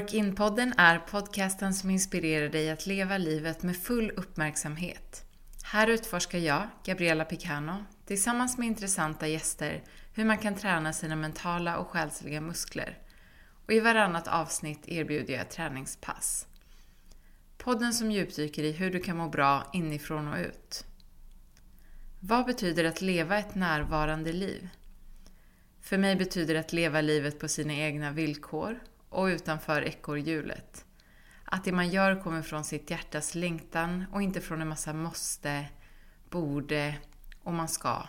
Work-in-podden är podcasten som inspirerar dig att leva livet med full uppmärksamhet. Här utforskar jag, Gabriella Picano, tillsammans med intressanta gäster hur man kan träna sina mentala och själsliga muskler. Och i varannat avsnitt erbjuder jag träningspass. Podden som djupdyker i hur du kan må bra inifrån och ut. Vad betyder att leva ett närvarande liv? För mig betyder det att leva livet på sina egna villkor och utanför ekorrhjulet. Att det man gör kommer från sitt hjärtas längtan och inte från en massa måste, borde och man ska.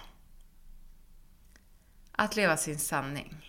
Att leva sin sanning.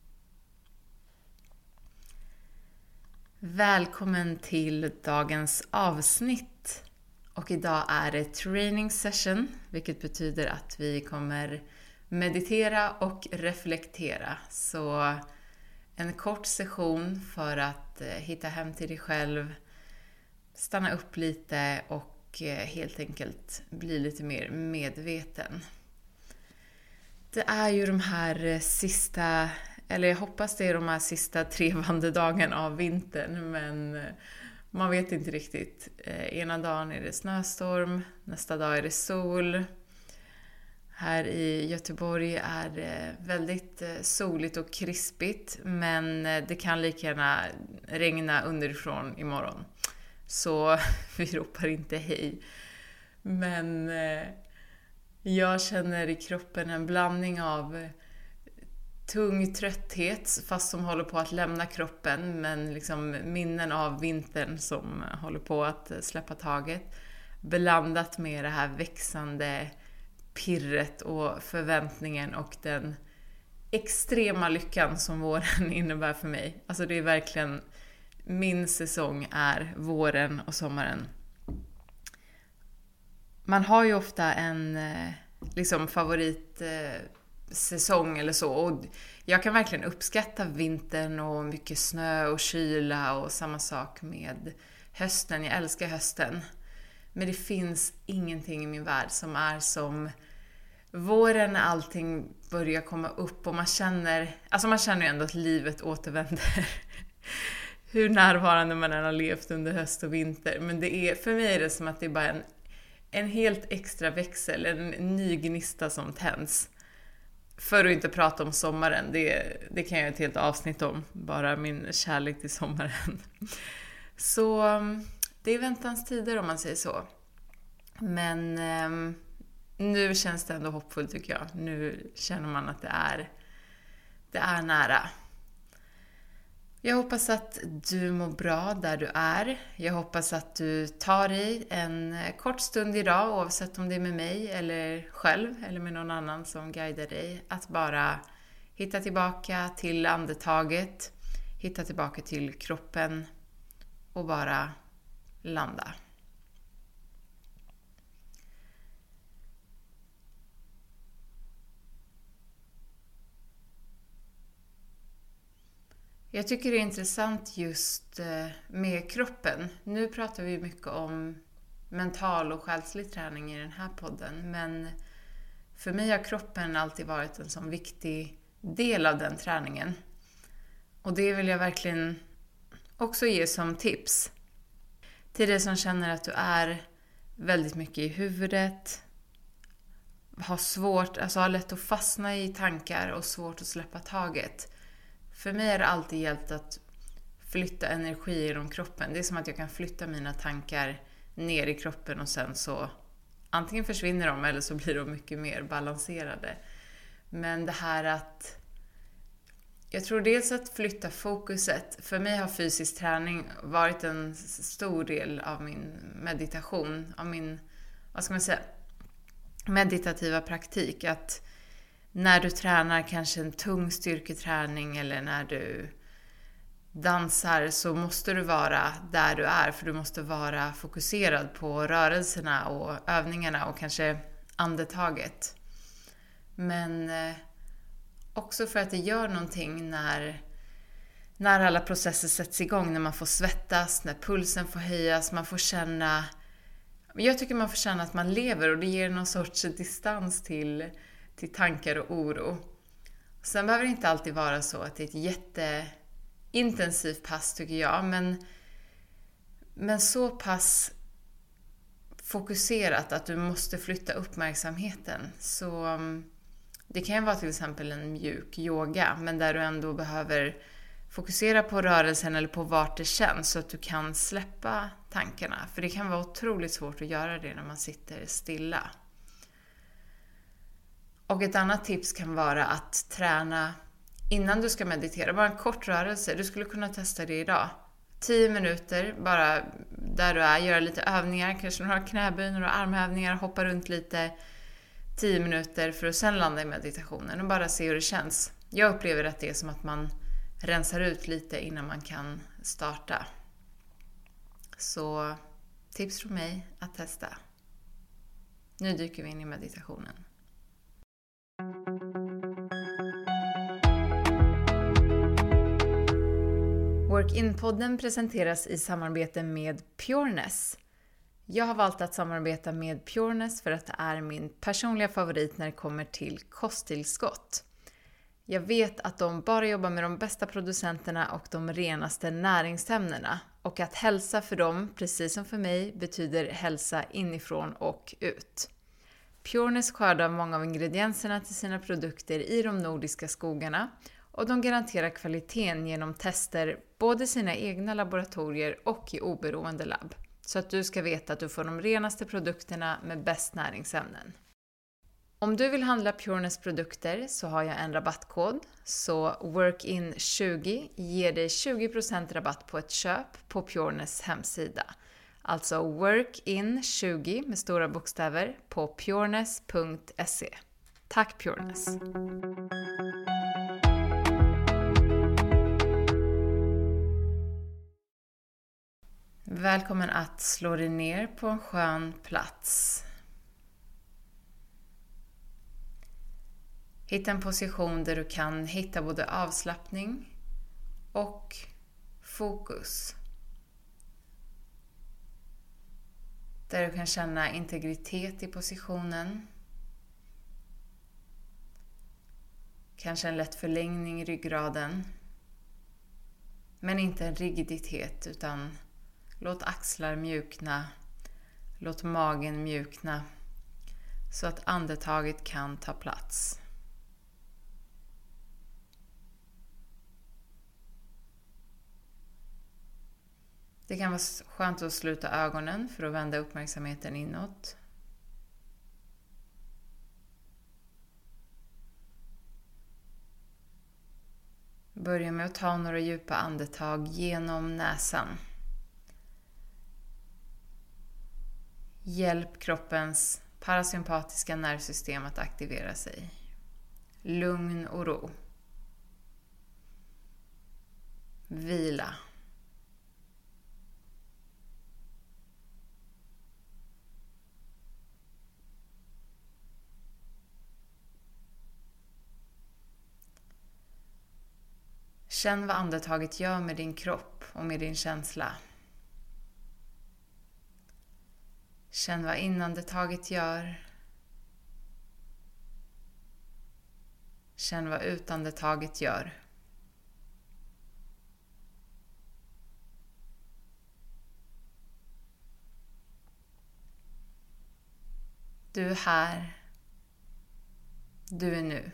Välkommen till dagens avsnitt. Och idag är det training session, vilket betyder att vi kommer meditera och reflektera. Så en kort session för att hitta hem till dig själv, stanna upp lite och helt enkelt bli lite mer medveten. Det är ju de här sista, eller jag hoppas det är de här sista trevande dagarna av vintern, men man vet inte riktigt. Ena dagen är det snöstorm, nästa dag är det sol. Här i Göteborg är det väldigt soligt och krispigt, men det kan lika gärna regna underifrån imorgon. Så vi ropar inte hej. Men jag känner i kroppen en blandning av tung trötthet, fast som håller på att lämna kroppen, men liksom minnen av vintern som håller på att släppa taget. Blandat med det här växande pirret och förväntningen och den extrema lyckan som våren innebär för mig. Alltså det är verkligen, min säsong är våren och sommaren. Man har ju ofta en liksom favoritsäsong eller så, och jag kan verkligen uppskatta vintern och mycket snö och kyla och samma sak med hösten. Jag älskar hösten. Men det finns ingenting i min värld som är som våren när allting börjar komma upp och man känner ju ändå att livet återvänder. Hur närvarande man än har levt under höst och vinter. Men det är, för mig är det som att det är bara en helt extra växel, en ny gnista som tänds. För att inte prata om sommaren, det kan jag göra ett helt avsnitt om. Bara min kärlek till sommaren. Så det är väntans tider om man säger så. Men nu känns det ändå hoppfullt tycker jag. Nu känner man att det är nära. Jag hoppas att du mår bra där du är. Jag hoppas att du tar dig en kort stund idag, oavsett om det är med mig eller själv eller med någon annan som guidar dig. Att bara hitta tillbaka till andetaget, hitta tillbaka till kroppen och bara landa. Jag tycker det är intressant just med kroppen. Nu pratar vi mycket om mental och själslig träning i den här podden. Men för mig har kroppen alltid varit en sån viktig del av den träningen. Och det vill jag verkligen också ge som tips. Till dig som känner att du är väldigt mycket i huvudet. Har lätt att fastna i tankar och svårt att släppa taget. För mig är det alltid hjälpt att flytta energi genom kroppen. Det är som att jag kan flytta mina tankar ner i kroppen och sen så antingen försvinner de eller så blir de mycket mer balanserade. Men det här att jag tror dels att flytta fokuset. För mig har fysisk träning varit en stor del av min meditation, av min, meditativa praktik. Att när du tränar kanske en tung styrketräning eller när du dansar så måste du vara där du är, för du måste vara fokuserad på rörelserna och övningarna och kanske andetaget. Men också för att det gör någonting när alla processer sätts igång, när man får svettas, när pulsen får höjas, jag tycker man får känna att man lever, och det ger någon sorts distans till tankar och oro. Sen behöver det inte alltid vara så att det är ett intensivt pass tycker jag, men så pass fokuserat att du måste flytta uppmärksamheten. Så det kan ju vara till exempel en mjuk yoga, men där du ändå behöver fokusera på rörelsen eller på vart det känns så att du kan släppa tankarna. För det kan vara otroligt svårt att göra det när man sitter stilla. Och ett annat tips kan vara att träna innan du ska meditera. Bara en kort rörelse. Du skulle kunna testa det idag. 10 minuter, bara där du är. Göra lite övningar. Kanske några knäböj, några armhävningar. Hoppa runt lite. 10 minuter för att sen landa i meditationen. Och bara se hur det känns. Jag upplever att det är som att man rensar ut lite innan man kan starta. Så tips från mig att testa. Nu dyker vi in i meditationen. Work-in-podden presenteras i samarbete med Pureness. Jag har valt att samarbeta med Pureness för att det är min personliga favorit när det kommer till kosttillskott. Jag vet att de bara jobbar med de bästa producenterna och de renaste näringsämnena. Och att hälsa för dem, precis som för mig, betyder hälsa inifrån och ut. Pureness skördar många av ingredienserna till sina produkter i de nordiska skogarna. Och de garanterar kvaliteten genom tester både i sina egna laboratorier och i oberoende labb. Så att du ska veta att du får de renaste produkterna med bäst näringsämnen. Om du vill handla Pureness produkter så har jag en rabattkod. Så WORKIN20 ger dig 20% rabatt på ett köp på Pureness hemsida. Alltså WORKIN20 med stora bokstäver på pureness.se. Tack Pureness! Välkommen att slå dig ner på en skön plats. Hitta en position där du kan hitta både avslappning och fokus. Där du kan känna integritet i positionen. Kanske en lätt förlängning i ryggraden. Men inte en rigiditet utan låt axlar mjukna. Låt magen mjukna. Så att andetaget kan ta plats. Det kan vara skönt att sluta ögonen för att vända uppmärksamheten inåt. Börja med att ta några djupa andetag genom näsan. Hjälp kroppens parasympatiska nervsystem att aktivera sig. Lugn och ro. Vila. Känn vad andetaget gör med din kropp och med din känsla. Känn vad inandetaget gör. Känn vad utandetaget gör. Du är här. Du är nu.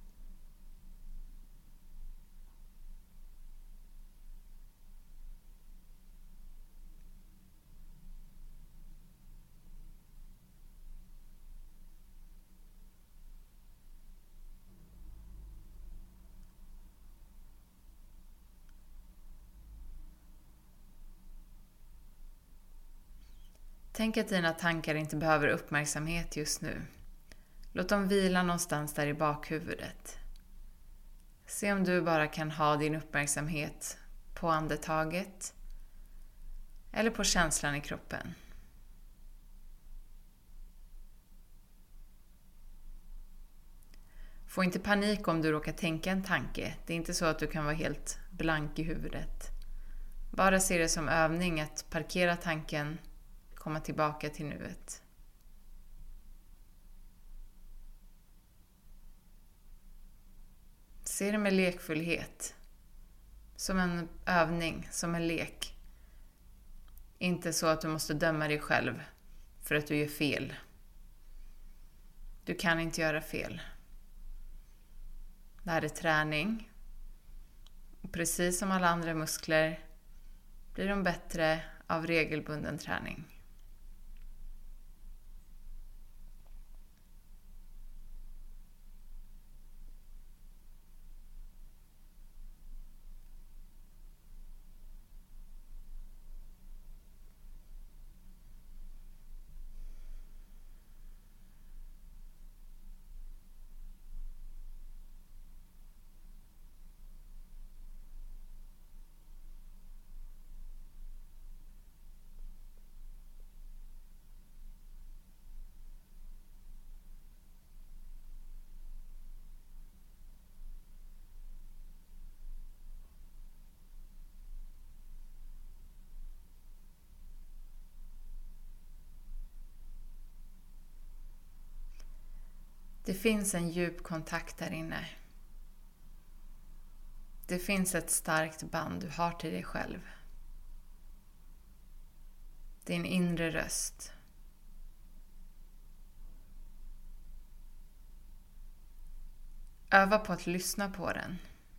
Tänk att dina tankar inte behöver uppmärksamhet just nu. Låt dem vila någonstans där i bakhuvudet. Se om du bara kan ha din uppmärksamhet på andetaget eller på känslan i kroppen. Få inte panik om du råkar tänka en tanke. Det är inte så att du kan vara helt blank i huvudet. Bara se det som övning att parkera tanken, komma tillbaka till nuet. Se det med lekfullhet. som en övning, som en lek. Inte så att du måste döma dig själv för att du gör fel. Du kan inte göra fel. Det här är träning. Och precis som alla andra muskler blir de bättre av regelbunden träning. Det finns en djup kontakt där inne. Det finns ett starkt band du har till dig själv. Din inre röst. Öva på att lyssna på den.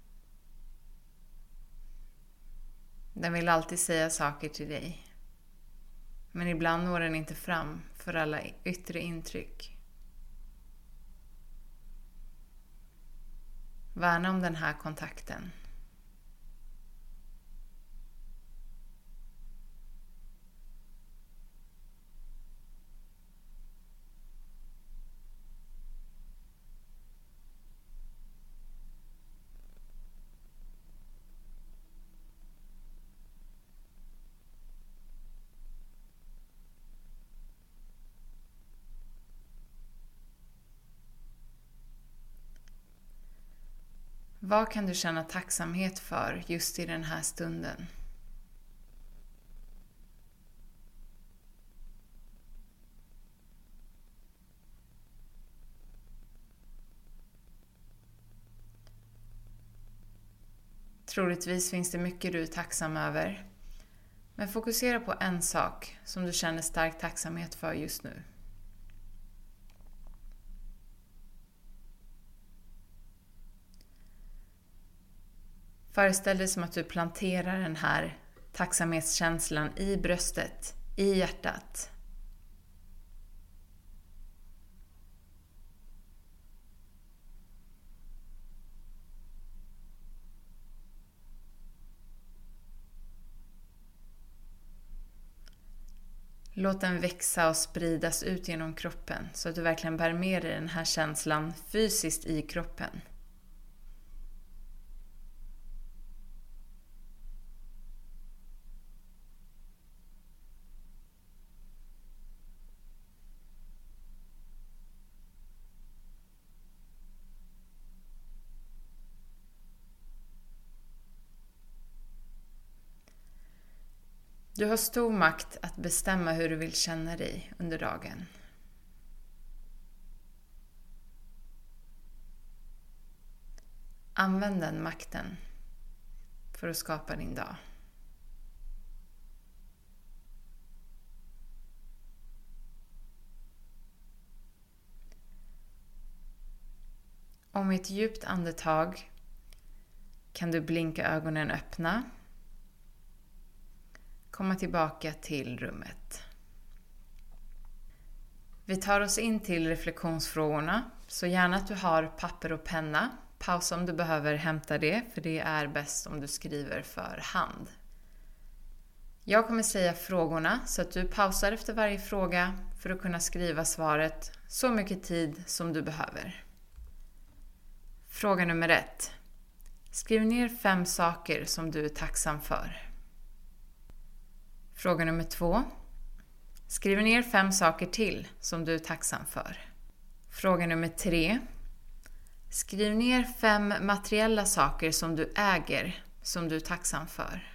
Den vill alltid säga saker till dig. Men ibland når den inte fram för alla yttre intryck. Värna om den här kontakten. Vad kan du känna tacksamhet för just i den här stunden? Troligtvis finns det mycket du är tacksam över. Men fokusera på en sak som du känner stark tacksamhet för just nu. Föreställ dig som att du planterar den här tacksamhetskänslan i bröstet, i hjärtat. Låt den växa och spridas ut genom kroppen så att du verkligen bär med dig den här känslan fysiskt i kroppen. Du har stor makt att bestämma hur du vill känna dig under dagen. Använd den makten för att skapa din dag. Och med ett djupt andetag kan du blinka ögonen öppna. Komma tillbaka till rummet. Vi tar oss in till reflektionsfrågorna, så gärna att du har papper och penna. Pausa om du behöver hämta det, för det är bäst om du skriver för hand. Jag kommer säga frågorna så att du pausar efter varje fråga för att kunna skriva svaret så mycket tid som du behöver. Fråga nummer 1. Skriv ner 5 saker som du är tacksam för. Fråga nummer 2. Skriv ner 5 saker till som du är tacksam för. Fråga nummer 3. Skriv ner 5 materiella saker som du äger som du är tacksam för.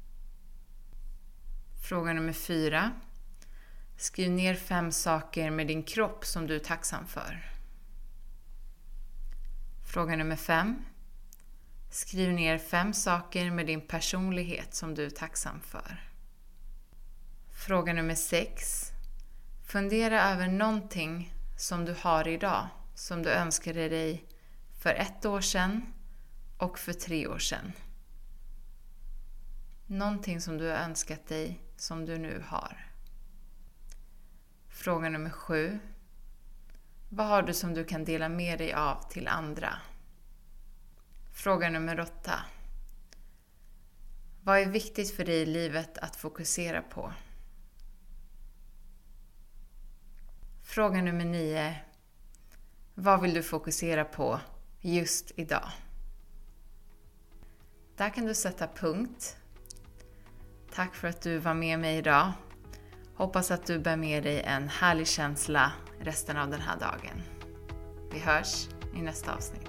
Fråga nummer 4. Skriv ner 5 saker med din kropp som du är tacksam för. Fråga nummer 5. Skriv ner 5 saker med din personlighet som du är tacksam för. Fråga nummer 6. Fundera över någonting som du har idag som du önskade dig för 1 år sedan och för 3 år sedan. Någonting som du har önskat dig som du nu har. Fråga nummer 7. Vad har du som du kan dela med dig av till andra? Fråga nummer 8. Vad är viktigt för dig i livet att fokusera på? Fråga nummer 9. Vad vill du fokusera på just idag? Där kan du sätta punkt. Tack för att du var med mig idag. Hoppas att du bär med dig en härlig känsla resten av den här dagen. Vi hörs i nästa avsnitt.